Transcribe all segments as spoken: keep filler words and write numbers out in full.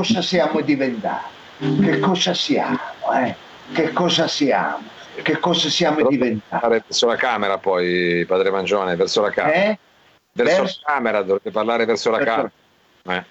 cosa siamo diventati? Che cosa siamo? Eh? Che cosa siamo? Che cosa siamo Però diventati? Verso la camera poi, padre Mangione, verso la camera. Eh? Verso, verso la camera, dovete parlare verso la verso... camera.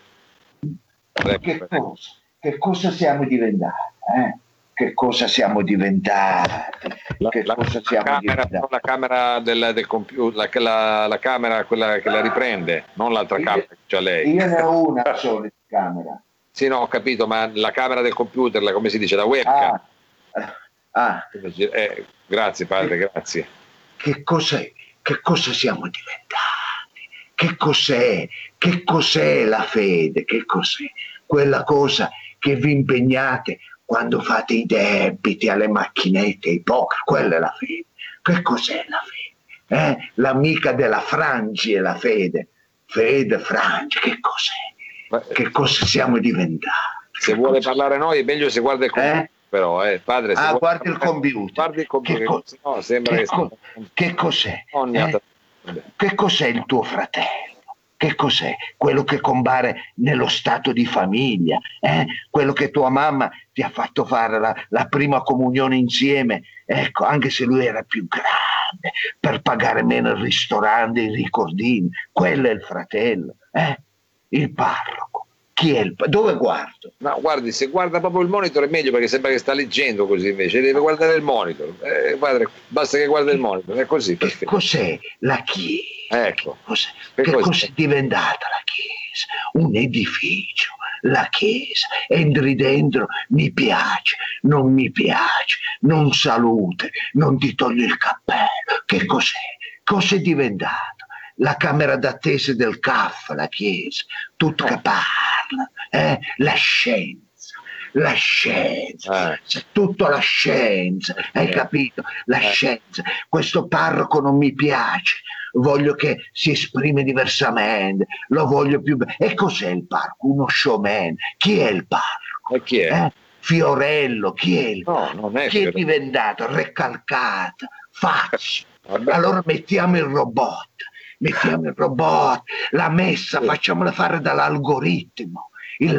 Eh. Che cosa? Che cosa siamo diventati? Eh? Che cosa siamo diventati? La, che la, cosa la siamo camera, diventati? la camera del, del computer, la, la, la camera quella che la riprende, non l'altra io, camera che c'ha lei. Io ne ho una sola di camera. Sì, no, ho capito, ma la camera del computer, la, come si dice, la webcam. Ah, ah. Eh, grazie padre, che, grazie. Che cos'è? Che cosa siamo diventati? Che cos'è? Che cos'è la fede? Che cos'è? Quella cosa che vi impegnate quando fate i debiti alle macchinette, ai poker, quella è la fede. Che cos'è la fede? Eh? L'amica della Frangi è la fede. Fede, Frangi, che cos'è? Che cosa siamo diventati? Se vuole parlare noi è meglio se guarda il computer, eh? Però, eh, padre. Se ah, guardi il computer. Guardi il computer, che, co- no, sembra che, che, co- che cos'è? Eh? Che cos'è il tuo fratello? Che cos'è? Quello che compare nello stato di famiglia, eh? Quello che tua mamma ti ha fatto fare la, la prima comunione insieme, ecco, anche se lui era più grande, per pagare meno il ristorante, i ricordini, quello è il fratello, eh? Il parroco. Chi è il dove guardo? No, guardi, se guarda proprio il monitor è meglio perché sembra che sta leggendo così invece, deve guardare il monitor. Eh, padre, basta che guarda il monitor, è così. Che cos'è la Chiesa? Ecco. Che cos'è, che che cos'è diventata la Chiesa? Un edificio, la Chiesa. Entri dentro, mi piace, non mi piace, non salute, non ti togli il cappello. Che cos'è? Cos'è diventato? La camera d'attesa del C A F, la Chiesa, tutto che parla, eh? La scienza, la scienza, eh. tutto la scienza, hai eh. capito? La eh. scienza, questo parroco non mi piace, voglio che si esprime diversamente, lo voglio più bene. E cos'è il parroco? Uno showman. Chi è il parroco? E chi è? Eh? Fiorello, chi è il no, non è chi Fiorello. È diventato? Recalcata, facile. Allora mettiamo il robot. Mettiamo il robot, la messa, sì. Facciamola fare dall'algoritmo,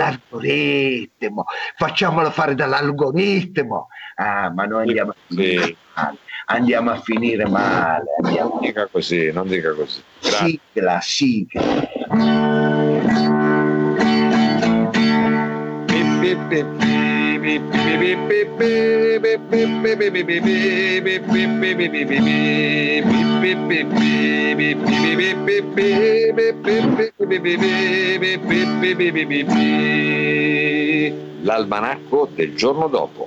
l'algoritmo, facciamola fare dall'algoritmo. Ah, ma noi andiamo a finire sì. male, andiamo a finire male. Andiamo... Non dica così, non dica così. Grazie. Sigla, sigla. Bip, bip, bip. L'almanacco del giorno dopo.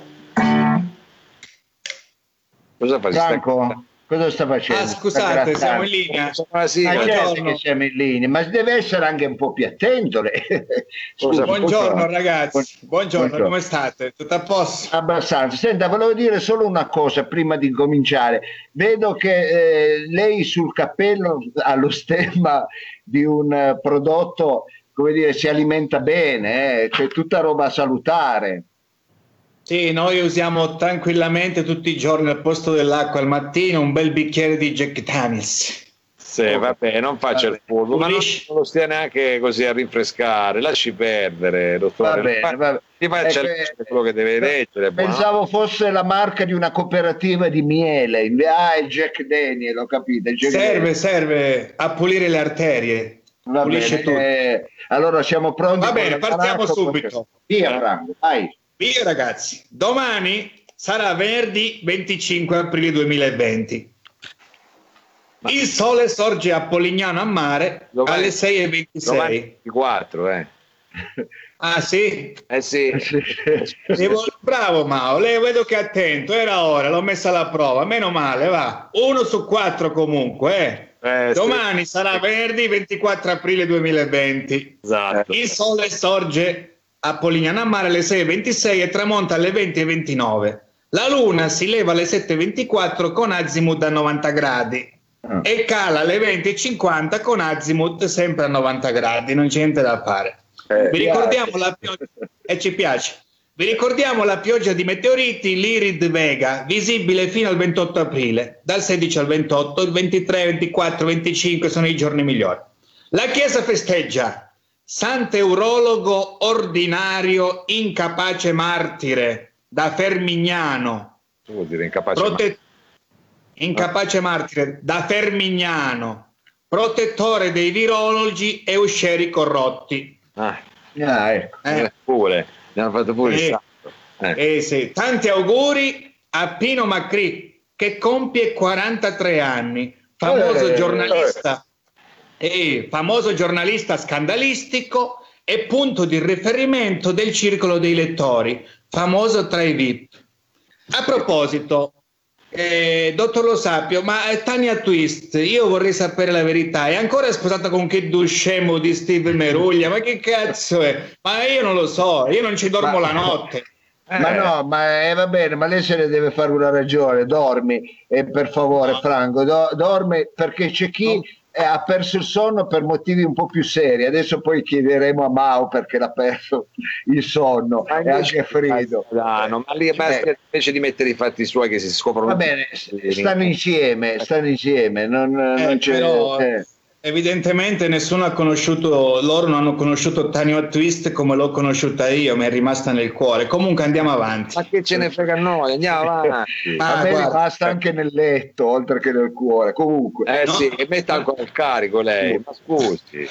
Cosa fa? Franco, cosa sta facendo? Ah, scusate, siamo in linea. Ah, sì, ma certo che siamo in linea, ma deve essere anche un po' più attento. Scusa, buongiorno, buongiorno ragazzi, buongiorno, buongiorno, come state? Tutto a posto? Abbastanza. Senta, volevo dire solo una cosa prima di cominciare. Vedo che eh, lei sul cappello ha lo stemma di un uh, prodotto, come dire, si alimenta bene, eh? C'è tutta roba salutare. Sì, noi usiamo tranquillamente tutti i giorni al posto dell'acqua al mattino un bel bicchiere di Jack Daniels. Sì, oh, vabbè, non faccia il furbo, ma non, non lo stia neanche così a rinfrescare, lasci perdere, dottore. Va bene, va bene. Ti faccia ecco, quello che deve leggere. Pensavo buono. Fosse la marca di una cooperativa di miele. Ah, il Jack Daniel, ho capito. Jack serve, Daniel. serve a pulire le arterie. Va Pulisce bene, eh, allora siamo pronti. Va bene, partiamo subito. Via, Franco, vai. Via ragazzi, domani sarà venerdì venticinque aprile duemilaventi. Il sole sorge a Polignano a Mare domani, alle sei e ventisei. ventiquattro, eh. Ah sì? Eh sì. Devo... Bravo Mao, lei vedo che è attento, era ora, l'ho messa alla prova, meno male, va. Uno su quattro comunque, eh. Eh, domani sì. Sarà venerdì ventiquattro aprile duemilaventi. Esatto. Il sole sorge a Polignano a Mare alle sei e ventisei e tramonta alle venti e ventinove. La luna si leva alle sette e ventiquattro con azimut a novanta gradi mm. e cala alle venti e cinquanta con azimut sempre a novanta gradi, non c'è niente da fare. Eh, Vi ricordiamo piace. la pioggia e eh, ci piace. Vi ricordiamo la pioggia di meteoriti, l'Irid Vega, visibile fino al ventotto aprile, dal sedici al ventotto, il ventitré, ventiquattro, venticinque sono i giorni migliori. La Chiesa festeggia Sant'Eurologo ordinario incapace martire da Fermignano. Che vuol dire incapace? Prote- incapace martire da Fermignano, protettore dei virologi e uscieri corrotti. Ah, Ah, ecco. Eh. pure, ne hanno fatto pure Eh. il santo. Eh. Eh sì, tanti auguri a Pino Macri che compie quarantatré anni, famoso Eh, giornalista e famoso giornalista scandalistico e punto di riferimento del circolo dei lettori, famoso tra i V I P. A proposito, eh, dottor Lo Sapio, ma eh, Tania Twist, io vorrei sapere la verità, è ancora sposata con che scemo di Steve Meruglia? Ma che cazzo è? Ma io non lo so, io non ci dormo Ma- la notte. Ma Eh. no, ma eh, va bene, ma lei se ne deve fare una ragione, dormi, e per favore, No. Franco, do- dormi, perché c'è chi No. eh, ha perso il sonno per motivi un po' più seri. Adesso poi chiederemo a Mao perché l'ha perso il sonno, Ma e anche a Frido. Ah, no, ma lì basta Eh, invece di mettere i fatti suoi che si scoprono. va bene, s- stanno insieme, stanno insieme, non, Eh, non c'è... però, eh. evidentemente nessuno ha conosciuto, loro non hanno conosciuto Tania Twist come l'ho conosciuta io, mi è rimasta nel cuore. Comunque andiamo avanti. Ma che ce ne frega a noi, andiamo avanti. Ah, a me guarda. basta anche nel letto, oltre che nel cuore. Comunque, Eh No. sì, e metta ancora il carico lei, ma scusi.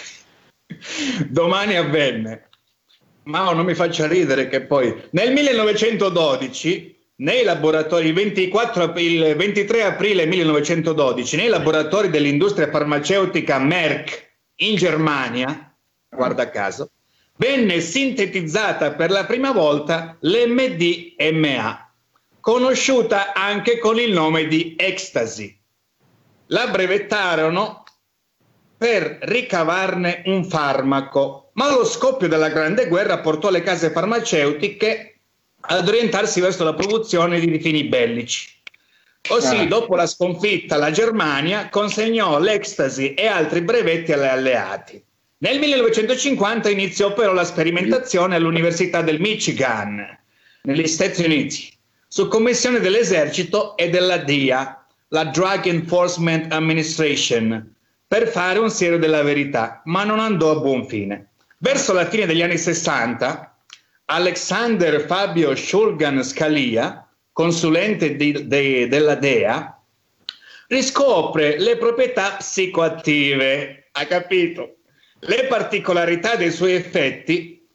Domani avvenne. Ma non mi faccia ridere che poi nel millenovecentododici nei laboratori il ventiquattro ap- il ventitré aprile millenovecentododici nei laboratori dell'industria farmaceutica Merck in Germania, guarda caso, venne sintetizzata per la prima volta l'M D M A, conosciuta anche con il nome di ecstasy. La brevettarono per ricavarne un farmaco, ma lo scoppio della Grande Guerra portò le case farmaceutiche ad orientarsi verso la produzione di fini bellici. Così, Ah. dopo la sconfitta, la Germania consegnò l'ecstasy e altri brevetti agli alleati. Nel millenovecentocinquanta iniziò però la sperimentazione all'Università del Michigan, negli Stati Uniti, su commissione dell'esercito e della D I A, la Drug Enforcement Administration, per fare un siero della verità, ma non andò a buon fine. Verso la fine degli anni sessanta, Alexander Fabio Shulgan Scalia, consulente di- de- della D E A, riscopre le proprietà psicoattive, ha capito? Le particolarità dei suoi effetti,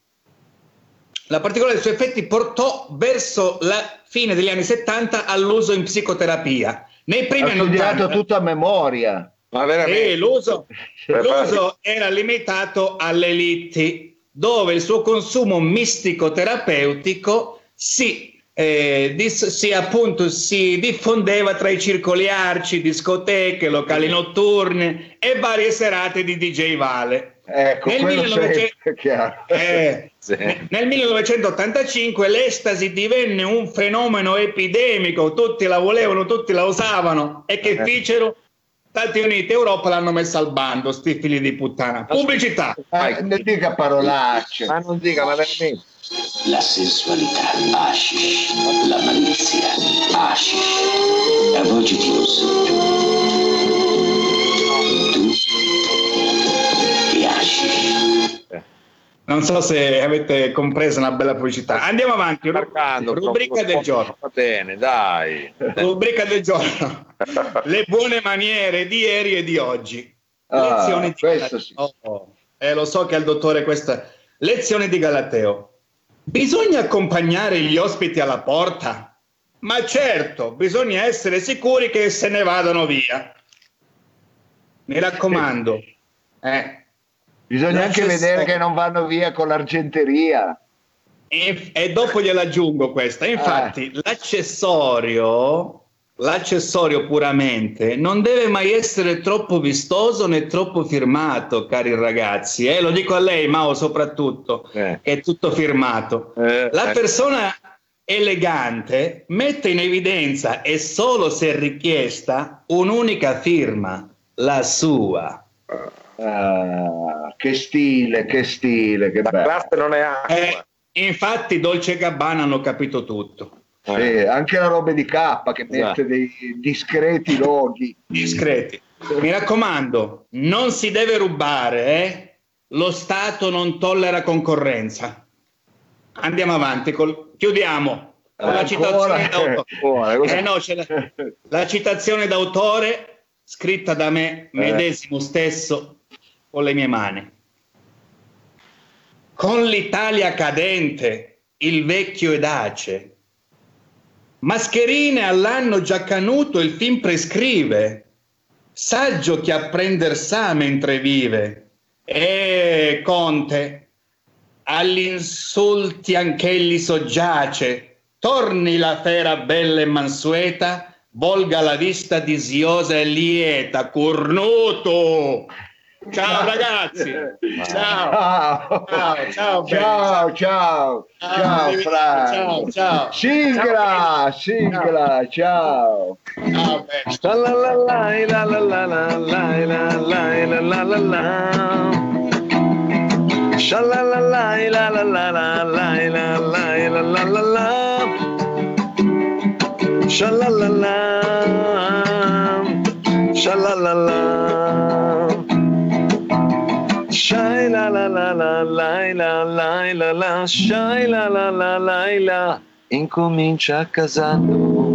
la particolarità dei suoi effetti portò verso la fine degli anni settanta all'uso in psicoterapia. Nei primi ha anni studiato ottanta, tutto a memoria. Ma veramente. e l'uso, l'uso era limitato alle litti, dove il suo consumo mistico-terapeutico si, eh, dis- si, appunto, si diffondeva tra i circoli arci, discoteche, locali notturni e varie serate di D J Vale. Ecco, Nel quello millenovecento sempre, chiaro. Eh, Sì. nel millenovecentottantacinque l'estasi divenne un fenomeno epidemico, tutti la volevano, tutti la usavano, e che Eh. fecero? Stati Uniti e Europa l'hanno messa al bando, sti figli di puttana. Pubblicità. Eh, ne dica parolacce. Ma non dica, ma veramente. La sensualità, hashish. La malizia, hashish. A voce ti uso. Tu e hashish. Non so se avete compreso una bella pubblicità. Andiamo avanti. Ru- Marcando, rubrica del giorno. Va bene, dai. Rubrica del giorno. Le buone maniere di ieri e di oggi. Ah, Lezioni di questo sì. Galateo. Eh, lo so che al dottore questa. Lezione di Galateo. Bisogna accompagnare gli ospiti alla porta? Ma certo, bisogna essere sicuri che se ne vadano via. Mi raccomando. Eh. Bisogna anche L'accessori- vedere che non vanno via con l'argenteria. E, e dopo gliela aggiungo questa. Infatti, l'accessorio, l'accessorio puramente non deve mai essere troppo vistoso né troppo firmato, cari ragazzi. Eh? Lo dico a lei, Mao, soprattutto, Eh. che è tutto firmato. Eh, La eh. persona elegante mette in evidenza, e solo se richiesta, un'unica firma, la sua. Ah, che stile, che stile, che La bello. classe non è acqua. Eh, infatti Dolce e Gabbana hanno capito tutto. Sì, anche la roba di K che mette Esatto. dei discreti loghi. Discreti. Mi raccomando, non si deve rubare, eh? lo Stato non tollera concorrenza. Andiamo avanti, col... chiudiamo con la citazione d'autore. Eh no, c'è la... la citazione d'autore scritta da me medesimo stesso con le mie mani. Con l'Italia cadente, il vecchio edace, mascherine all'anno già canuto il film prescrive, saggio chi apprender sa mentre vive. E Conte, agli insulti anch'egli soggiace, torni la fera bella e mansueta, volga la vista disiosa e lieta, cornuto. Ciao ragazzi, ciao, ciao, ciao, ciao, ciao, ciao, Fra. ciao, ciao. Sigla, sigla, ciao. Ciao, La la la la la la la la la la la la la. Sha la la la la la la la la la la la la la. Sha la la la. Sha la la la. Shai la la la la la la la la la, shai la la la la la, incomincia casando.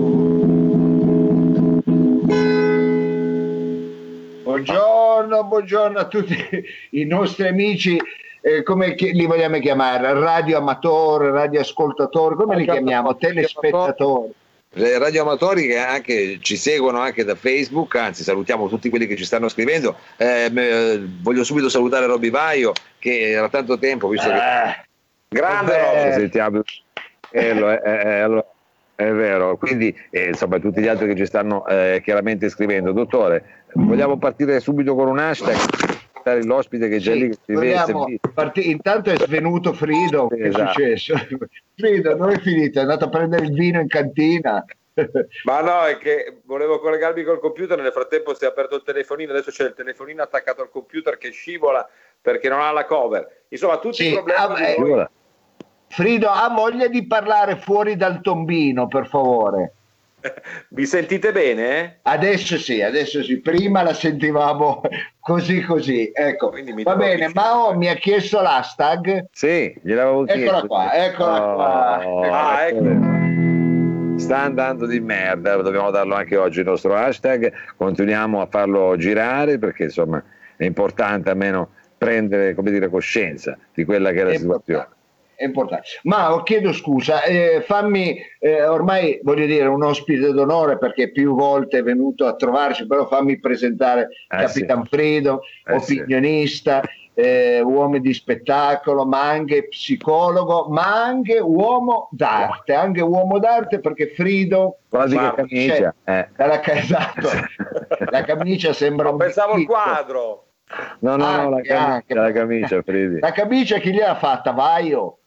Buongiorno, buongiorno a tutti i nostri amici, eh, come chi- li vogliamo chiamare? Radioamatori, radioascoltatori, come li chiamiamo? Telespettatori. Le radioamatori che anche ci seguono anche da Facebook, anzi salutiamo tutti quelli che ci stanno scrivendo. Eh, me- voglio subito salutare Robby Vaio, che era tanto tempo, visto che Eh, grande vabbè. Robby, sentiamo. Eh, lo è, è- è- allora, è vero, quindi eh, insomma tutti gli altri che ci stanno eh, chiaramente scrivendo. Dottore, vogliamo partire subito con un hashtag? L'ospite che è già Sì, lì che si vogliamo vede. parti- intanto è svenuto Frido, che è Esatto. successo? Frido, dove è finito? È andato a prendere il vino in cantina. Ma no, è che volevo collegarmi col computer, nel frattempo si è aperto il telefonino, adesso c'è il telefonino attaccato al computer che scivola perché non ha la cover. Insomma, tutti Sì, i problemi ah, di eh, voi. Frido, ha voglia di parlare fuori dal tombino, per favore. Vi sentite bene? Eh? Adesso sì, adesso sì, prima la sentivamo così così, ecco. Quindi mi Va devo bene, avvicinare. Mao mi ha chiesto l'hashtag, Sì, gliel'avevo chiesto. eccola qua, eccola Oh, qua. Ah, ecco. Sta andando di merda, dobbiamo darlo anche oggi il nostro hashtag, continuiamo a farlo girare perché insomma è importante almeno prendere, come dire, coscienza di quella che è la È situazione. importante, è importante. Ma chiedo scusa, eh, fammi, eh, ormai voglio dire un ospite d'onore perché più volte è venuto a trovarci, però fammi presentare Eh, Capitan sì. Frido, Eh, sì. opinionista, eh, uomo di spettacolo, ma anche psicologo, ma anche uomo d'arte, anche uomo d'arte perché Frido Quasi che guarda, camicia, eh. dalla ca- esatto, la camicia sembra No, un pensavo al vestito. quadro. No, no, no, la Anche, camicia, anche. la camicia, Fridi. La camicia chi gliel'ha fatta? Vaio.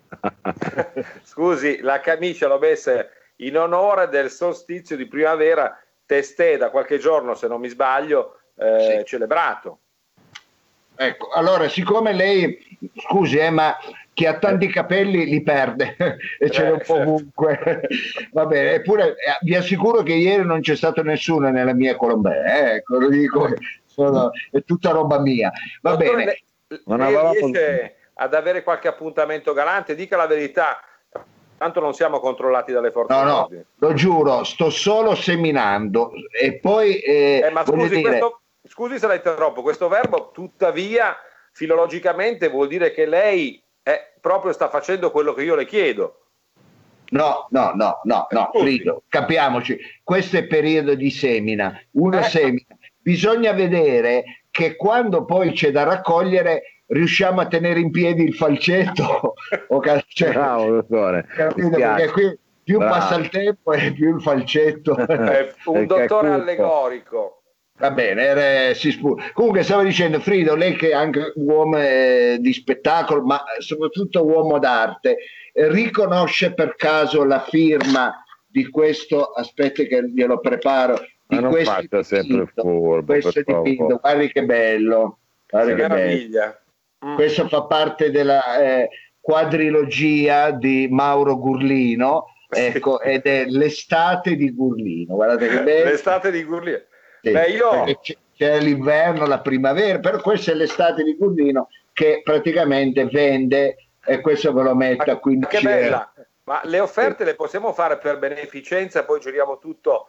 Scusi, la camicia l'ho messa in onore del solstizio di primavera testè da qualche giorno, se non mi sbaglio, eh, Sì. celebrato. Ecco, allora siccome lei, scusi, eh, ma chi ha tanti capelli li perde e ce n'è un po' certo. ovunque. Va bene, eppure eh, vi assicuro che ieri non c'è stato nessuno nella mia Colombè, eh, ecco, lo dico, sono- è tutta roba mia. Va Dottore, bene, lei, Non lei avevamo- riesce ad avere qualche appuntamento galante? Dica la verità, tanto non siamo controllati dalle forze no, no, dell'ordine. lo giuro, sto solo seminando e poi eh, Eh, ma voglio scusi, dire, questo, scusi se la interrompo, questo verbo tuttavia filologicamente vuol dire che lei è, proprio sta facendo quello che io le chiedo. no, no, no, no, no, Scusi. Frido, capiamoci, questo è periodo di semina, uno Eh. semina, bisogna vedere che quando poi c'è da raccogliere riusciamo a tenere in piedi il falcetto, o ca- cioè, Bravo, dottore. capito? Mi piace. Perché qui più Bravo. passa il tempo e più il falcetto. È un Perché dottore è cupo. allegorico. Va bene, era- si spu- comunque stavo dicendo Frido, lei che è anche uomo eh, di spettacolo, ma soprattutto uomo d'arte, eh, riconosce per caso la firma di questo, aspetti che glielo preparo, di Ma non questo faccia sempre il dipinto, furbo, questo per favore. dipinto, guardi che bello, guardi Che che bello. meraviglia. Mm. Questo fa parte della eh, quadrilogia di Mauro Gurlino, ecco, ed è l'estate di Gurlino, guardate che bello. L'estate di Gurlino. Sì, Beh, io perché c- c'è l'inverno, la primavera, però questa è l'estate di Gurlino che praticamente vende, e questo ve lo metto a quindici che bella. euro. Ma le offerte le possiamo fare per beneficenza, poi giriamo tutto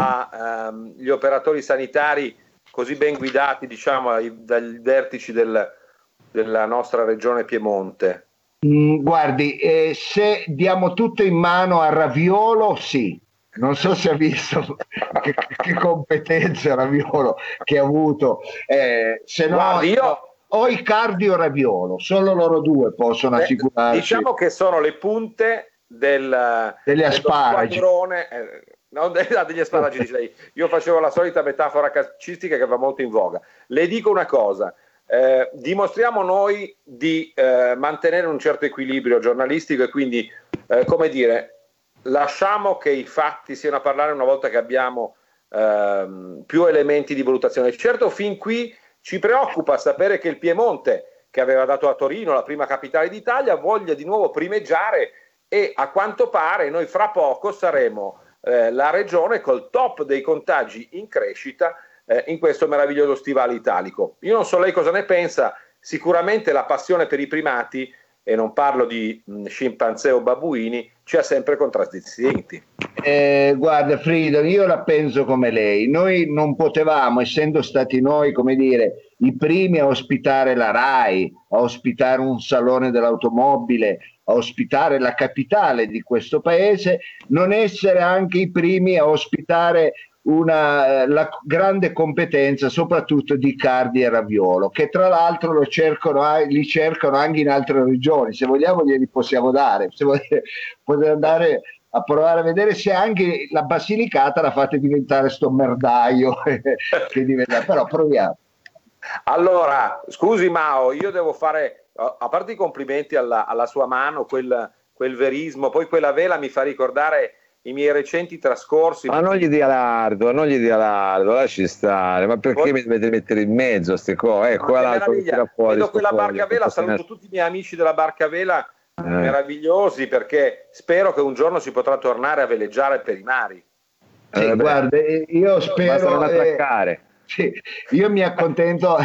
agli um, operatori sanitari così ben guidati, diciamo, ai, dai vertici del, della nostra regione Piemonte? Mm, guardi, eh, se diamo tutto in mano a Raviolo, sì. Non so se ha visto che, che competenze Raviolo che ha avuto, eh, se no Guardi, io... o il cardio Raviolo, solo loro due possono Beh, assicurarci. diciamo che sono le punte del, degli asparagi. Eh, no, degli asparagi dice lei. Io facevo la solita metafora calcistica che va molto in voga. Le dico una cosa, eh, dimostriamo noi di eh, mantenere un certo equilibrio giornalistico e quindi, eh, come dire, lasciamo che i fatti siano a parlare una volta che abbiamo ehm, più elementi di valutazione. Certo, fin qui ci preoccupa sapere che il Piemonte, che aveva dato a Torino la prima capitale d'Italia, voglia di nuovo primeggiare, e a quanto pare noi fra poco saremo eh, la regione col top dei contagi in crescita eh, in questo meraviglioso stivale italico. Io non so lei cosa ne pensa, sicuramente la passione per i primati, e non parlo di mh, scimpanzé o babbuini, ci ha sempre contraddistinti. Eh, guarda Frido, io la penso come lei. Noi non potevamo, essendo stati noi, come dire, i primi a ospitare la RAI, a ospitare un salone dell'automobile, a ospitare la capitale di questo paese, non essere anche i primi a ospitare una, la grande competenza soprattutto di Cardi e Raviolo, che tra l'altro lo cercano, li cercano anche in altre regioni. Se vogliamo glieli possiamo dare, se vogliamo, potete andare a provare a vedere se anche la Basilicata la fate diventare sto merdaio che diventa, però proviamo. Allora, scusi Mao, io devo fare, a parte i complimenti alla, alla sua mano, quel, quel verismo, poi quella vela mi fa ricordare i miei recenti trascorsi. Ma non gli dia lardo, non gli dia lardo, lasci stare, ma perché poi... mi dovete mettere in mezzo a queste cose? Ecco, fuori, vedo quella barca vela, saluto tutti i miei amici della barca vela, eh. meravigliosi, perché spero che un giorno si potrà tornare a veleggiare per i mari. Sì, eh, guarda, io spero... non attraccare. Eh... Sì, io mi accontento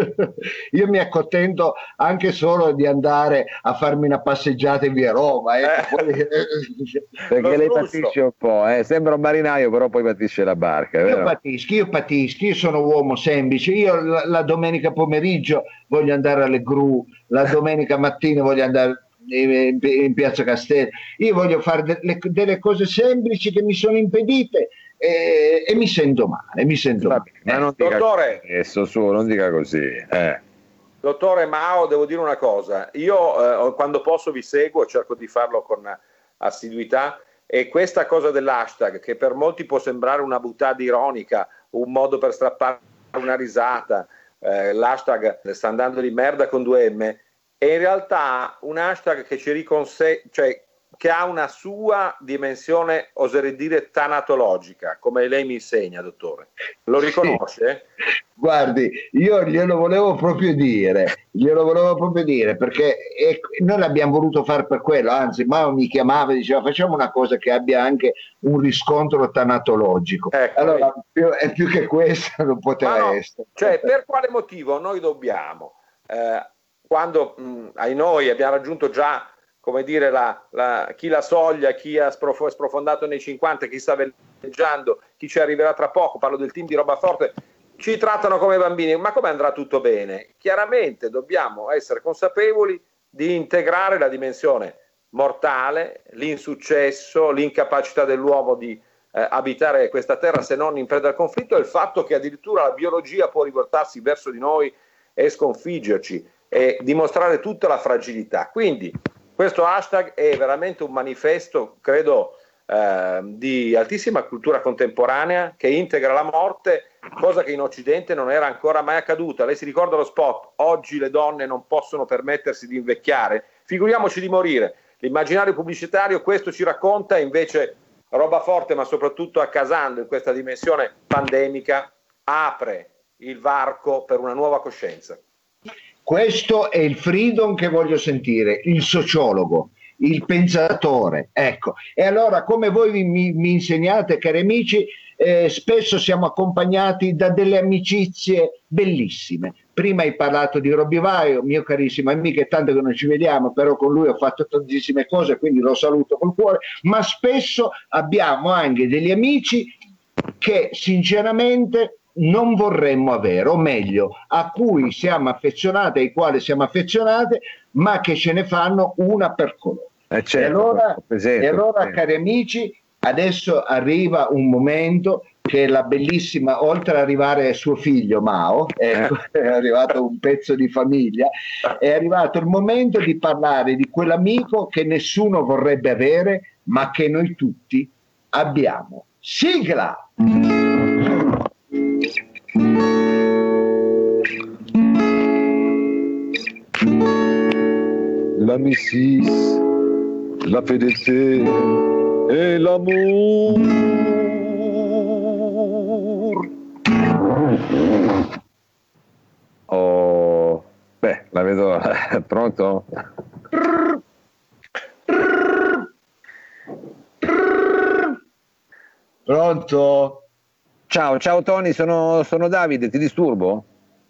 io mi accontento anche solo di andare a farmi una passeggiata in via Roma, eh. Eh. Perché lei patisce un po', eh. Sembra un marinaio però poi patisce la barca, io patisco, io patisco, io sono uomo semplice, io la, la domenica pomeriggio voglio andare alle gru, la domenica mattina voglio andare in, in piazza Castello, io voglio fare delle, delle cose semplici che mi sono impedite. E, e mi sento male, mi sento male. Ma non dica dottore, adesso su, non dica così. Eh. Dottore Mao, devo dire una cosa. Io eh, quando posso vi seguo, cerco di farlo con assiduità, e questa cosa dell'hashtag, che per molti può sembrare una buttata ironica, un modo per strappare una risata, eh, l'hashtag sta andando di merda con due M, è in realtà un hashtag che ci riconsegna, cioè che ha una sua dimensione, oserei dire, tanatologica, come lei mi insegna, dottore. Lo riconosce? Sì. Guardi, io glielo volevo proprio dire, glielo volevo proprio dire, perché è, noi l'abbiamo voluto fare per quello, anzi, Mao mi chiamava e diceva facciamo una cosa che abbia anche un riscontro tanatologico. Ecco, allora, più, è più che questo non poteva no, essere. Cioè, per quale motivo noi dobbiamo, eh, quando mh, ai noi abbiamo raggiunto già, come dire, la, la, chi la soglia, chi ha sprof- sprofondato nei cinquanta, chi sta veleggiando, chi ci arriverà tra poco, parlo del team di Robaforte, ci trattano come bambini, ma come andrà tutto bene? Chiaramente dobbiamo essere consapevoli di integrare la dimensione mortale, l'insuccesso, l'incapacità dell'uomo di eh, abitare questa terra se non in preda al conflitto, e il fatto che addirittura la biologia può rivoltarsi verso di noi e sconfiggerci e dimostrare tutta la fragilità. Quindi questo hashtag è veramente un manifesto, credo, eh, di altissima cultura contemporanea, che integra la morte, cosa che in Occidente non era ancora mai accaduta. Lei si ricorda lo spot? Oggi le donne non possono permettersi di invecchiare, figuriamoci di morire. L'immaginario pubblicitario questo ci racconta, invece Robaforte, ma soprattutto accasando in questa dimensione pandemica, apre il varco per una nuova coscienza. Questo è il freedom che voglio sentire, il sociologo, il pensatore, ecco. E allora, come voi mi, mi insegnate, cari amici, eh, spesso siamo accompagnati da delle amicizie bellissime, prima hai parlato di Robby Vaio, mio carissimo amico, è tanto che non ci vediamo, però con lui ho fatto tantissime cose, quindi lo saluto col cuore, ma spesso abbiamo anche degli amici che sinceramente non vorremmo avere, o meglio, a cui siamo affezionati, ai quali siamo affezionati, ma che ce ne fanno una per colore. Eh certo, e allora, presente, e allora presente. cari amici, adesso arriva un momento che la bellissima, oltre ad arrivare suo figlio Mao, ecco, Eh. è arrivato un pezzo di famiglia, è arrivato il momento di parlare di quell'amico che nessuno vorrebbe avere, ma che noi tutti abbiamo. Sigla! L'amicizia, la fedeltà e l'amore. Oh, beh, la vedo. Pronto? Pronto? Ciao, ciao Tony, sono, sono Davide, ti disturbo?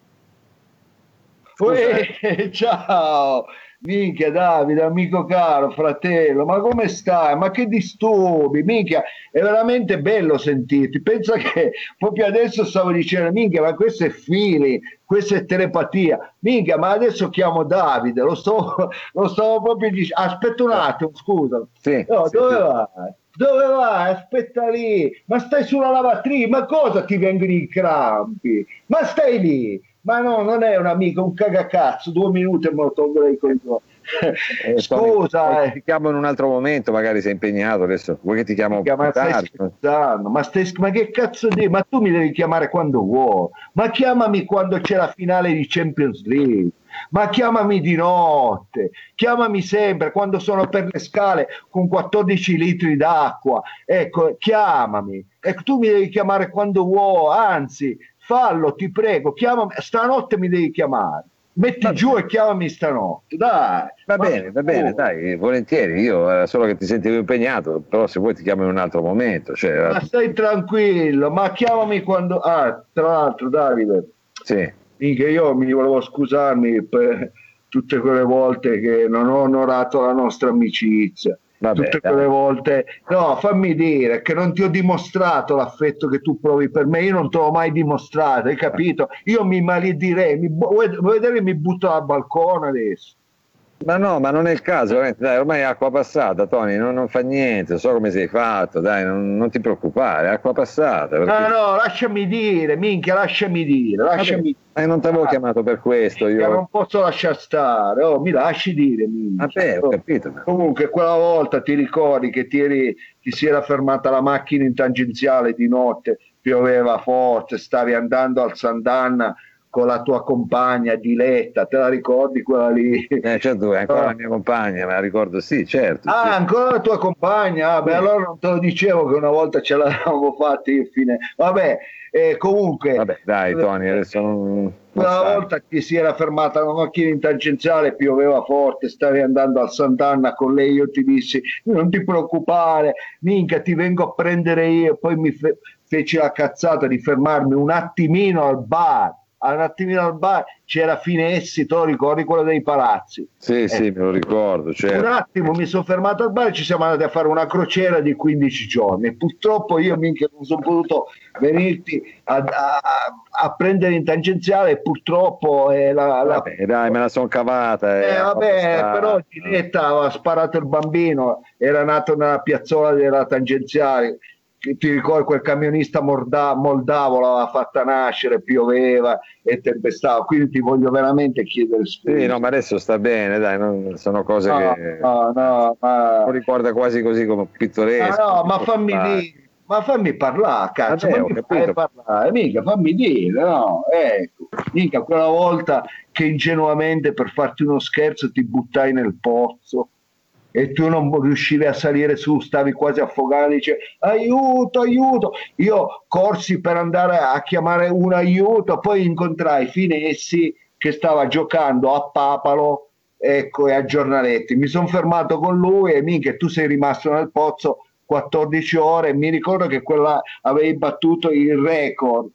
Uè, ciao, minchia Davide, amico caro, fratello, ma come stai? Ma che disturbi, minchia, è veramente bello sentirti. Pensa che proprio adesso stavo dicendo, minchia, ma questo è feeling, questa è telepatia, minchia, ma adesso chiamo Davide, lo sto, lo stavo proprio dicendo. Aspetta un attimo, scusa. Sì, No, sì, dove sì. vai? Dove vai? Aspetta lì, ma stai sulla lavatrice, ma cosa ti vengono i crampi? Ma stai lì, ma no, non è un amico, un cagacazzo, due minuti e me lo tolgo i coglioni. Eh, Scusa, Tony, eh. ti chiamo in un altro momento, magari sei impegnato adesso. Vuoi che ti chiamo Minchia, più ma stai tardi? scherzando, ma, stai, ma che cazzo di, ma tu mi devi chiamare quando vuoi, ma chiamami quando c'è la finale di Champions League, ma chiamami di notte, chiamami sempre quando sono per le scale con quattordici litri d'acqua, ecco, chiamami, ecco, tu mi devi chiamare quando vuoi, anzi, fallo, ti prego, chiamami, stanotte mi devi chiamare. Metti Va giù e chiamami stanotte, dai. Va Ma bene, va bene, oh. dai, volentieri, io era solo che ti sentivo impegnato, però se vuoi ti chiamo in un altro momento. Cioè, era- Ma stai tranquillo, ma chiamami quando... Ah, tra l'altro Davide, sì. minchia, io mi volevo scusarmi per tutte quelle volte che non ho onorato la nostra amicizia. Vabbè, Tutte dai. quelle volte, no, fammi dire che non ti ho dimostrato l'affetto che tu provi per me, io non te l'ho mai dimostrato, hai capito? Io mi maledirei, mi, vuoi, vuoi vedere, mi butto dal balcone adesso. Ma no, ma non è il caso, veramente, dai, ormai è acqua passata, Tony, non, non fa niente, so come sei fatto, dai, non, non ti preoccupare, è acqua passata. perché- No, no, lasciami dire, minchia, lasciami dire, lasciami dire. Eh, non ti avevo Ah, chiamato per questo, minchia, io... non posso lasciare stare, oh, mi lasci dire, minchia. Vabbè, ho Oh. capito. ma- Comunque quella volta ti ricordi che ti, eri, ti si era fermata la macchina in tangenziale di notte, pioveva forte, stavi andando al Sant'Anna con la tua compagna Diletta, te la ricordi quella lì? Eh, certo, è ancora No. la mia compagna, me la ricordo, sì, certo. Ah, sì. ancora la tua compagna? Ah, beh, Sì. allora non te lo dicevo che una volta ce l'avevamo fatta infine. Vabbè, eh, comunque... Vabbè, dai, Tony, adesso non... non Quella stai. volta che si era fermata la macchina in tangenziale, pioveva forte, stavi andando al Sant'Anna con lei, io ti dissi non ti preoccupare, minchia ti vengo a prendere io, poi mi fe- feci la cazzata di fermarmi un attimino al bar, un attimino al bar, c'era Finessi, te lo ricordi, quello dei palazzi? Sì, sì, Eh. me lo ricordo, Un certo. attimo mi sono fermato al bar e ci siamo andati a fare una crociera di quindici giorni. Purtroppo io minchia non sono potuto venirti a, a- a prendere in tangenziale e purtroppo eh, la, la- Vabbè, dai, me la sono cavata. eh, eh, vabbè, sta- però Ginetta aveva sparato il bambino, era nato nella piazzola della tangenziale. Ti ricordi quel camionista morda- moldavo l'aveva fatta nascere, pioveva e tempestava, quindi ti voglio veramente chiedere scusa. Sì, no, ma adesso sta bene, dai, non- sono cose No, che no, no, ma... lo ricorda quasi così come Ah, pittoresco. no, non ma si fammi può fare. dire, ma fammi parlare, cazzo, Vabbè, ma ho mi capito. fai parlare, mica, fammi dire, no, ecco, mica quella volta che ingenuamente per farti uno scherzo ti buttai nel pozzo e tu non riuscivi a salire su, stavi quasi affogando, dice aiuto, aiuto, io corsi per andare a chiamare un aiuto, poi incontrai Finessi che stava giocando a Papalo, ecco, e a Giornaletti, mi sono fermato con lui e minchia, tu sei rimasto nel pozzo quattordici ore, mi ricordo che quella avevi battuto il record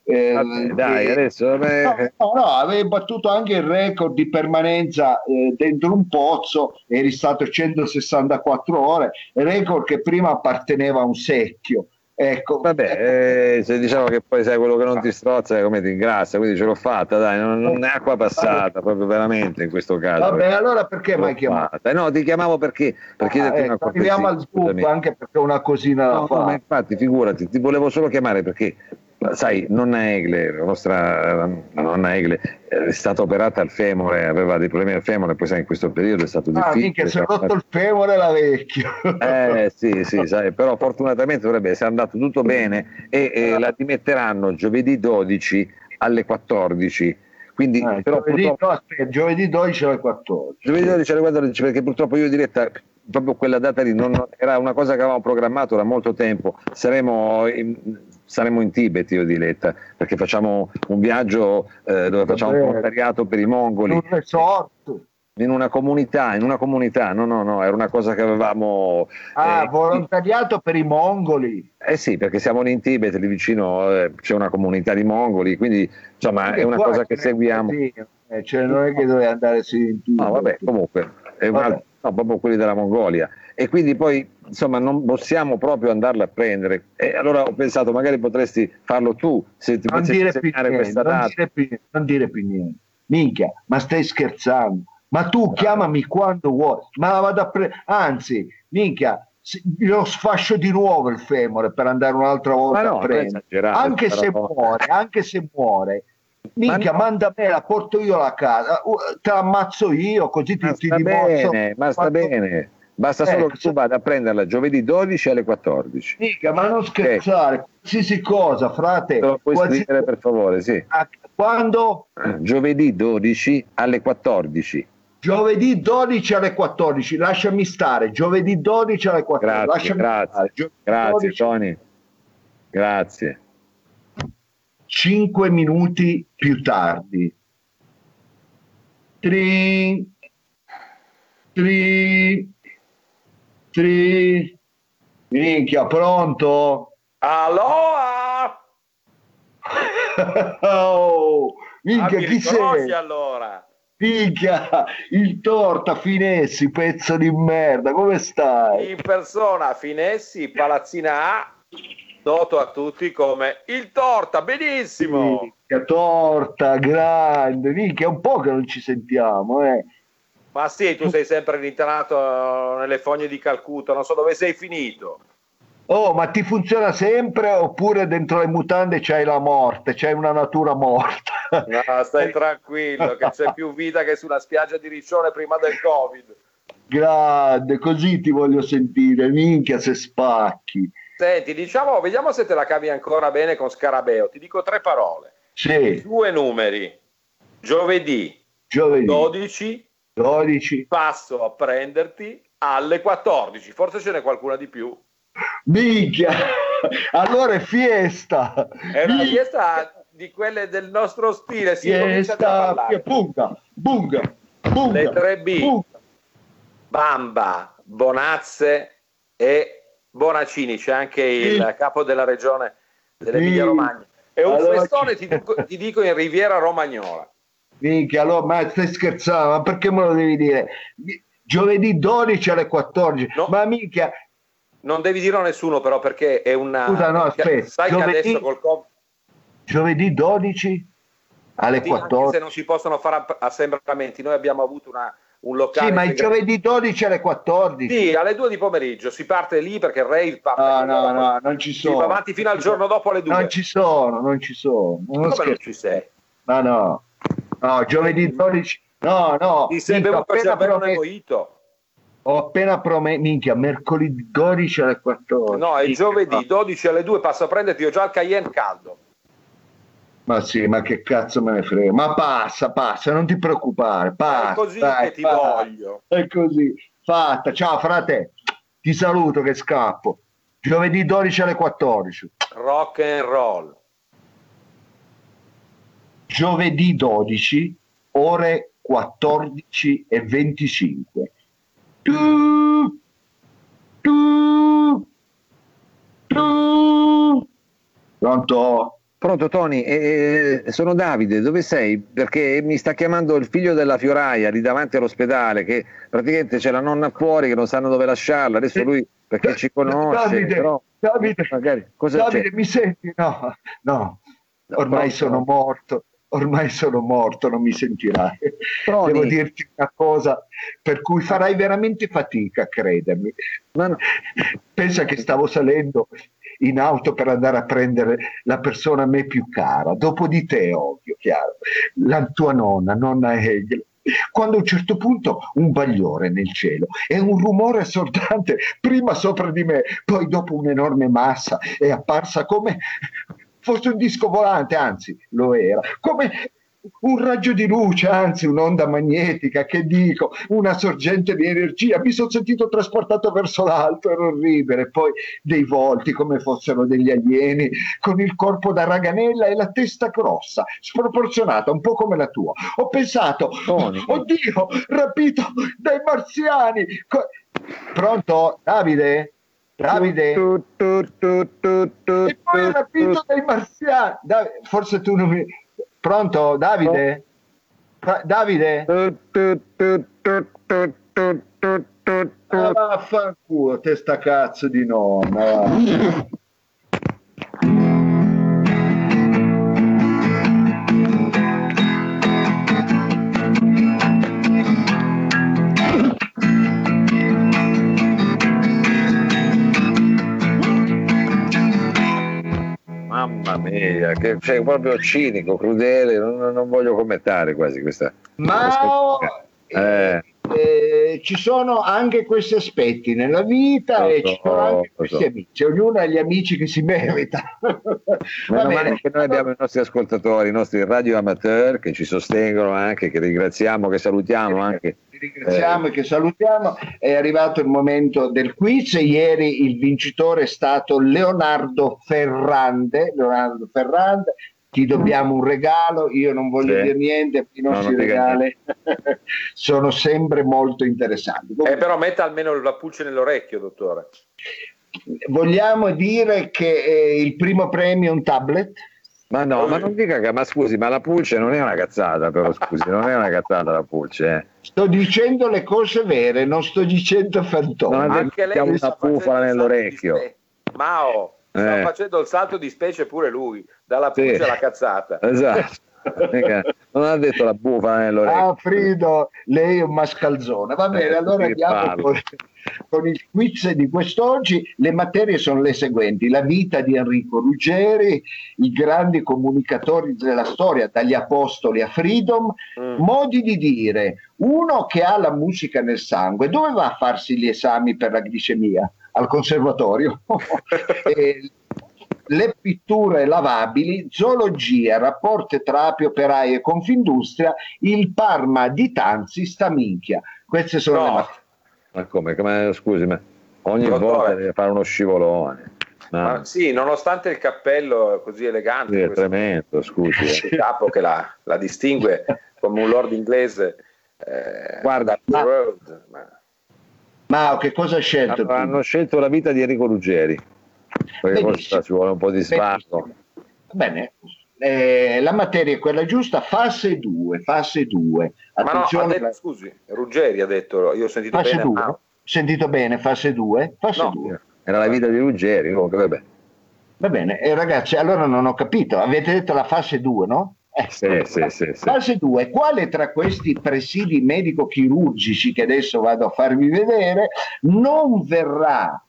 Eh, Vabbè, dai, eh, adesso beh, no, no, no, avevi battuto anche il record di permanenza eh, dentro un pozzo, eri stato centosessantaquattro ore, record che prima apparteneva a un secchio. Ecco, vabbè, eh, se diciamo che poi sai quello che non ti strozza come ti ingrassa, quindi ce l'ho fatta, dai, non, non è acqua passata, proprio veramente in questo caso. vabbè, allora perché Ce l'ho mi hai chiamato? fatta. No, ti chiamavo perché, per Ah, chiederti una ecco, arriviamo cortesia, al scoop, scusami. anche perché ho una cosina da No, no, ma fare. infatti, figurati, ti volevo solo chiamare perché, sai, nonna Egle, la nostra la nonna Egle, è stata operata al femore, aveva dei problemi al femore, poi sai, in questo periodo è stato Ah, difficile. mica si è rotto il femore la vecchia. Eh sì, sì, sai, però fortunatamente dovrebbe essere andato tutto bene e, e la dimetteranno giovedì dodici alle quattordici. Quindi, Eh, però giovedì, purtroppo, no, aspetta, giovedì dodici alle quattordici. giovedì dodici alle quattordici, perché purtroppo io diretta proprio quella data lì non, era una cosa che avevamo programmato da molto tempo. Saremo in, saremo in Tibet io e Diletta, perché facciamo un viaggio eh, dove facciamo un volontariato per i mongoli. Un resort. In una comunità, in una comunità, no, no, no, era una cosa che avevamo. Ah, eh, volontariato per i mongoli. Eh sì, perché siamo lì in Tibet, lì vicino eh, c'è una comunità di mongoli, quindi insomma Anche è una qua cosa che c'è seguiamo. così, eh, cioè, non è che dovevi andare su in Tibet. No, vabbè, comunque, è un Vabbè. altro- no, proprio quelli della Mongolia. E quindi poi, insomma, non possiamo proprio andarla a prendere. E allora ho pensato, magari potresti farlo tu, se ti Non potessi dire, più segnare niente, questa non, data. dire più, non dire più niente. Minchia, ma stai scherzando? Ma tu chiamami quando vuoi, ma la vado a prendere. Anzi, minchia, se- lo sfascio di nuovo il femore per andare un'altra volta Ma no, a non è prendere. esagerato, Anche se però. muore, anche se muore. Minchia, no. manda a me, la porto io alla casa, uh, te la ammazzo io, così ti, Ma ti sta dimostro. bene, ma sta quanto- bene. Basta Eh, solo che tu so- vada a prenderla giovedì dodici alle quattordici. Minchia, ma non scherzare, qualsiasi cosa, frate. Te lo puoi qualsiasi- scrivere per favore, sì. a- Quando? Giovedì dodici alle quattordici. Giovedì dodici alle quattordici, lasciami stare, giovedì dodici alle quattordici. Grazie, lasciami grazie, stare. Giovedì grazie dodici, Tony. Grazie. cinque minuti più tardi. Trin, trin, trin. Minchia, pronto? Aloha! Oh, minchia, Ah, mi chi riconosci sei? allora? Minchia, il torta Finessi, pezzo di merda, come stai? In persona, Finessi, Palazzina A, noto a tutti come il Torta, benissimo! Minchia, torta, grande, minchia, è un po' che non ci sentiamo, eh. Ma sì, tu sei sempre rintranato nelle fogne di Calcutta, non so dove sei finito. Oh, ma ti funziona sempre oppure dentro le mutande c'hai la morte, c'hai una natura morta? No, stai tranquillo, che c'è più vita che sulla spiaggia di Riccione prima del Covid. Grande, così ti voglio sentire, minchia se spacchi. Senti, diciamo, vediamo se te la cavi ancora bene con Scarabeo. Ti dico tre parole. Sì, Due numeri. Giovedì giovedì dodici, dodici. passo a prenderti alle quattordici. Forse ce n'è qualcuna di più. Minchia, allora è fiesta. È una Minchia, fiesta di quelle del nostro stile. Si comincia già a fiesta, parlare. bunga, bunga, bunga, Le tre B. bunga. Bamba, Bonazze e Bonaccini, c'è anche il Sì. capo della regione dell'Emilia Sì. Romagna. È un Allora, festone, ci- ti dico, ti dico, in Riviera Romagnola. Minchia, allora, ma stai scherzando, ma perché me lo devi dire? Giovedì dodici alle quattordici, No. ma minchia, Non devi dirlo a nessuno, però, perché è una. Scusa, no, aspetta, Sai giovedì- che adesso col Covid. giovedì dodici alle Sì, anche se quattordici. non si possono fare app- assembramenti, noi abbiamo avuto una, un locale. Sì, ma il integrato- giovedì dodici alle quattordici. Sì, alle due di pomeriggio si parte lì perché il rave parte. No, no, no, non ci Si sono. va avanti fino al giorno dopo alle due. Non ci sono, non ci sono. Non Come non scherzo. ci sei? Ma no, no, giovedì dodici. No, no. Ti sei minchia, bevuto il appena cervello promesso- mojito? Ho appena promesso, minchia, mercoledì dodici alle quattordici. No, è Minchia, giovedì dodici alle due, passo a prenderti, ho già il Cayenne caldo. Ma sì, ma che cazzo me ne frega? Ma passa, passa, non ti preoccupare. Passa, È così dai, che ti passa. voglio. È così. Fatta. Ciao, frate. Ti saluto che scappo. Giovedì dodici alle quattordici. Rock and roll. Giovedì dodici, ore quattordici e venticinque. Tu, tu, tu. Pronto? Pronto Tony, eh, sono Davide, dove sei? Perché mi sta chiamando il figlio della fioraia lì davanti all'ospedale, che praticamente c'è la nonna fuori che non sanno dove lasciarla, adesso lui perché ci conosce, Davide, però Davide, magari, cosa Davide c'è? mi senti? No, no, ormai Pronto? sono morto, ormai sono morto, non mi sentirai. Tony. Devo dirti una cosa per cui farai veramente fatica a credermi. Ma no. Pensa che stavo salendo in auto per andare a prendere la persona a me più cara, dopo di te, ovvio, chiaro, la tua nonna, nonna Hegel. Quando a un certo punto un bagliore nel cielo e un rumore assordante, prima sopra di me, poi dopo un'enorme massa, è apparsa come fosse un disco volante, anzi lo era, come un raggio di luce, anzi un'onda magnetica, che dico, una sorgente di energia. Mi sono sentito trasportato verso l'alto, era orribile. Poi dei volti come fossero degli alieni, con il corpo da raganella e la testa grossa, sproporzionata, un po' come la tua. Ho pensato, Tony. oddio, rapito dai marziani. Co- Pronto, Davide? Davide? Tu, tu, tu, tu, tu, E poi tu, rapito tu. dai marziani. Dav- forse tu non mi... Pronto, Davide? Fra- Davide? Tu, tu, tu, tu, tu, tu, tu, tu, tu. Ah, vaffanculo, testa cazzo di nonna. Va. Mamma mia, che sei proprio cinico, crudele, non, non voglio commentare quasi questa. Ma Eh. eh, ci sono anche questi aspetti nella vita Lo e so, ci sono anche lo questi so. amici, ognuno ha gli amici che si merita. Va Meno bene. male che noi abbiamo i nostri ascoltatori, i nostri radio amateur che ci sostengono anche, che ringraziamo, che salutiamo anche. Ti ringraziamo e che salutiamo. È arrivato il momento del quiz. Ieri il vincitore è stato Leonardo Ferrande. Leonardo Ferrande, ti dobbiamo un regalo. Io non voglio Sì. dire niente, i No, nostri non dica regali sono sempre molto interessanti. Eh, però metta almeno la pulce nell'orecchio, dottore. Vogliamo dire che eh, il primo premio è un tablet? Ma no, ma non dica che, ma scusi, ma la pulce non è una cazzata, però scusi, non è una cazzata la pulce, eh. Sto dicendo le cose vere, non sto dicendo fantomi. Non ha detto Anche che lei ha una sta facendo bufala il salto nell'orecchio. di spe- Mao sta Eh. facendo il salto di specie pure lui, dalla Sì. pulce alla cazzata. Esatto. Mica- non ha detto la bufala nell'orecchio. Ah, Frido, lei è un mascalzone. Va bene, Eh, allora che andiamo palle. con, con il quiz di quest'oggi. Le materie sono le seguenti: la vita di Enrico Ruggeri, i grandi comunicatori della storia, dagli apostoli a Freedom, Mm. modi di dire, uno che ha la musica nel sangue, dove va a farsi gli esami per la glicemia? Al conservatorio. E le pitture lavabili, zoologia, rapporti tra api, operai e Confindustria, il Parma di Tanzi sta minchia. Queste sono le No, materie. Ma come? Come- scusi, ma ogni Dottore. volta deve fare uno scivolone. No, ma sì, nonostante il cappello così elegante, sì, è questo tremendo, scusi. eh. capo che la, la distingue come un lord inglese, eh, Guarda, da ma- Road, ma- Mao, che cosa hai scelto Allora, tu? hanno scelto la vita di Enrico Ruggeri, perché Benissimo. forse ci vuole un po' di sfarzo. Benissimo. Bene, eh, la materia è quella giusta, fase due, fase due. ma no, ha Attenzione, detto, scusi, Ruggeri ha detto, io ho sentito fase bene, due. ma- Sentito bene, fase due? Fase No. due. Era la vita di Ruggeri, comunque, vabbè. Va bene, e ragazzi, allora non ho capito, avete detto la fase due, no? Eh. Sì, sì, sì, sì. Fase due, quale tra questi presidi medico-chirurgici che adesso vado a farvi vedere non verrà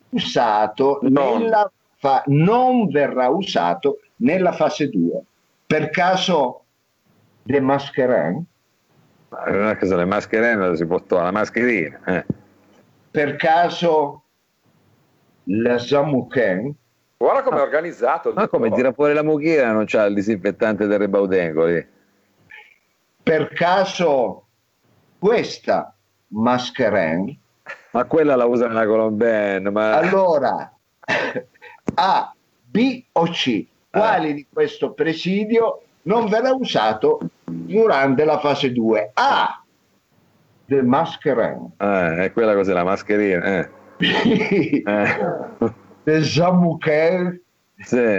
usato Non. nella fa- non verrà usato nella fase due? Per caso The Masquerade? Ma non è che se le mascherine si può togliere, la mascherina. Eh. Per caso la Zamuken? guarda come è organizzato. il Ma come dottore. tira fuori la mucchina non c'ha il disinfettante del Rebaudengo lì? Per caso questa Masquerade? Ma quella la usa nella Colomben, ma Allora, A, B o C, quali di questo presidio non verrà usato durante la fase due? A, The Masquerade. eh, è quella così, la mascherina. Eh. B, Eh. The Zamukel. Sì.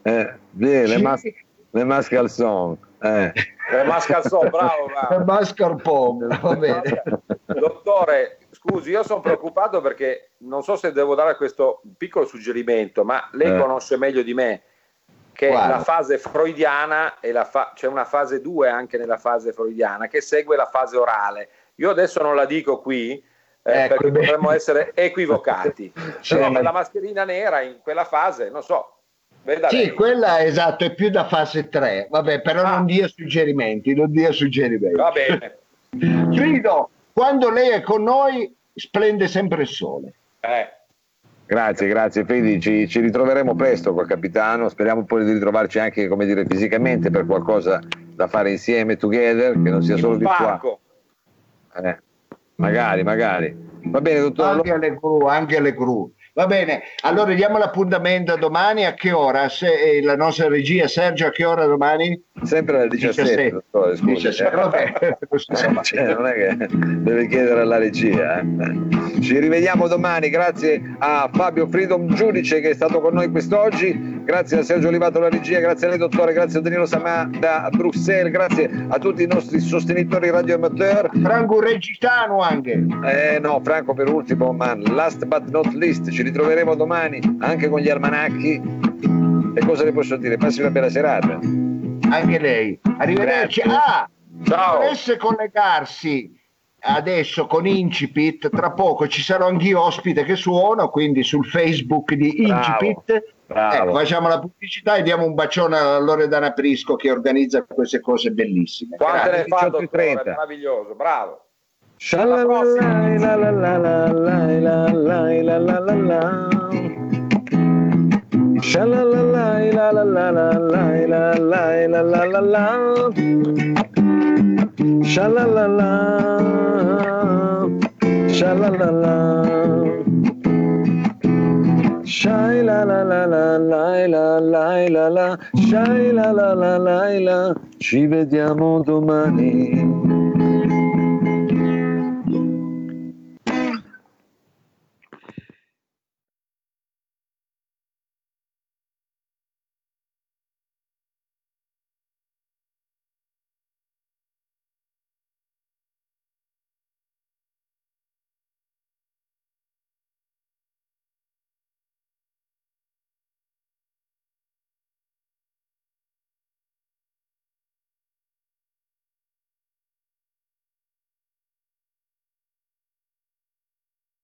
Eh, vieni, le, Sì. mas- le mascalzone. Eh. Le mascalzone, bravo, bravo. Mascarpone, va bene. Dottore, scusi, io sono preoccupato perché non so se devo dare questo piccolo suggerimento, ma lei Eh. conosce meglio di me che Guarda. la fase freudiana e la fa- c'è una fase due anche nella fase freudiana che segue la fase orale. Io adesso non la dico qui eh, Ecco, perché bene. potremmo essere equivocati. Sì, Però ma- la mascherina nera in quella fase, non so, veda Sì, lei. quella esatto, è più da fase tre. Vabbè, però Ah. non dia suggerimenti, non dia suggerimenti. Va bene. Frido, quando lei è con noi splende sempre il sole. Eh. Grazie, grazie Fedi, ci, ci ritroveremo presto col capitano, speriamo poi di ritrovarci anche, come dire, fisicamente per qualcosa da fare insieme, together, che non sia In solo un virtuale. parco. Eh, magari, magari. Va bene, dottore. Anche alle gru, anche alle gru. Va bene, allora diamo l'appuntamento domani a che ora? Se, eh, la nostra regia Sergio, a che ora domani? Sempre alle diciassette, dottore, scusi. diciassette, vabbè. Cioè, non è che deve chiedere alla regia. eh. Ci rivediamo domani, grazie a Fabio Freedom Giudice che è stato con noi quest'oggi, grazie a Sergio Olivato alla regia, grazie a lei dottore, grazie a Danilo Samà da Bruxelles, grazie a tutti i nostri sostenitori radio amateur. Franco Regitano anche. Eh no, Franco per ultimo, ma last but not least, ci ritroveremo domani anche con gli almanacchi. E cosa le posso dire? Passi una bella serata. Anche lei. Arrivederci. Grazie. Ah, Ciao. dovesse collegarsi adesso con Incipit, tra poco ci sarò anch'io ospite che suono, quindi sul Facebook di Bravo, Incipit. bravo. Ecco, facciamo la pubblicità e diamo un bacione a Loredana Prisco che organizza queste cose bellissime. Quante Grazie. ne fa, diciotto e dottore? trenta. Meraviglioso, bravo. Shalalai, la la la la la la la la la la la. Shalalai, la la la la la la la la la la la. Shalalala, shalalala. Shai la la la la la la la la la. Shai la la la la la. Ci vediamo domani.